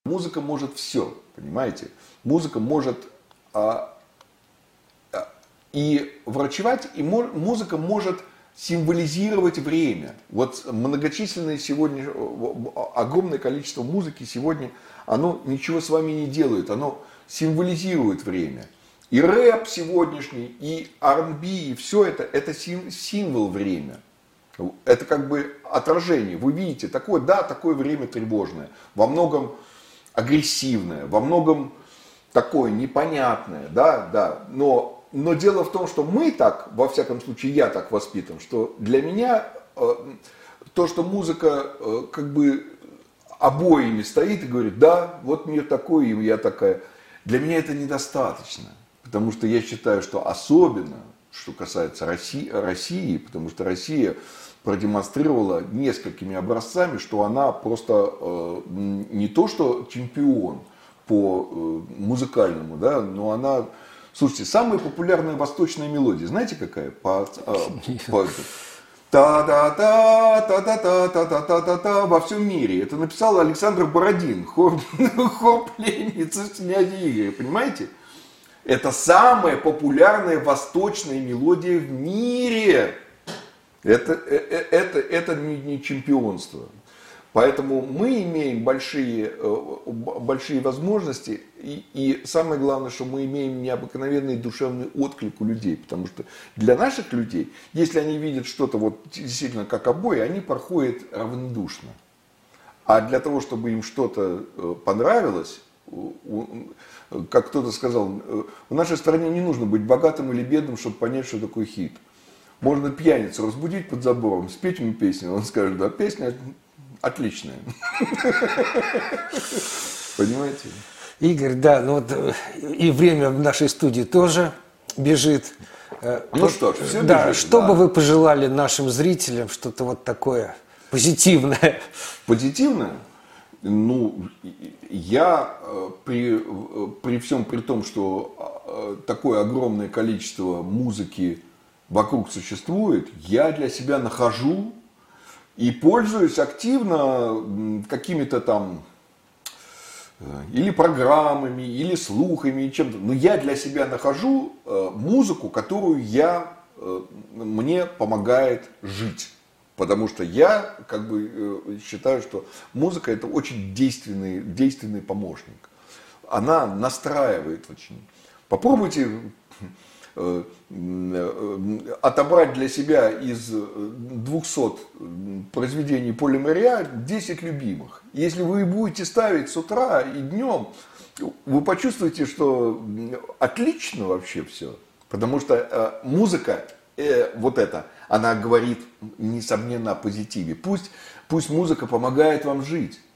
Музыка может все, понимаете? Музыка может и врачевать, и музыка может символизировать время. Вот многочисленное сегодня, огромное количество музыки сегодня, оно ничего с вами не делает, оно символизирует время. И рэп сегодняшний, и R&B, и все это символ время. Это как бы отражение. Вы видите, такое время тревожное, во многом агрессивное, во многом такое непонятное, но дело в том, что мы так, во всяком случае я так воспитан, что для меня то, что музыка как бы обоими стоит и говорит, да, вот мир такой, и я такая, для меня это недостаточно, потому что я считаю, что особенно, что касается России, потому что Россия продемонстрировала несколькими образцами, что она просто не то что чемпион по музыкальному, да, но она... Слушайте, самая популярная восточная мелодия, знаете какая? Та-да-та, во всем мире. Это написал Александр Бородин, хор пленницы князя Игоря, понимаете? Это самая популярная восточная мелодия в мире. Это не чемпионство. Поэтому мы имеем большие возможности, и самое главное, что мы имеем необыкновенный душевный отклик у людей, потому что для наших людей, если они видят что-то вот действительно как обои, они проходят равнодушно. А для того, чтобы им что-то понравилось, как кто-то сказал, в нашей стране не нужно быть богатым или бедным, чтобы понять, что такое хит. Можно пьяницу разбудить под забором, спеть ему песню, он скажет, да, песня отличная. Понимаете? Игорь, да, ну вот и время в нашей студии тоже бежит. Ну что ж, все да, бежит. Что бы вы пожелали нашим зрителям, что-то вот такое позитивное? Позитивное? Ну, я при всем при том, что такое огромное количество музыки вокруг существует, я для себя нахожу и пользуюсь активно какими-то там или программами, или слухами, и чем-то. Но я для себя нахожу музыку, которую мне помогает жить. Потому что я как бы считаю, что музыка это очень действенный помощник. Она настраивает очень. Попробуйте отобрать для себя из 200 произведений Поля Мориа 10 любимых. Если вы будете ставить с утра и днем, вы почувствуете, что отлично вообще все. Потому что музыка, вот эта, она говорит, несомненно, о позитиве. Пусть музыка помогает вам жить.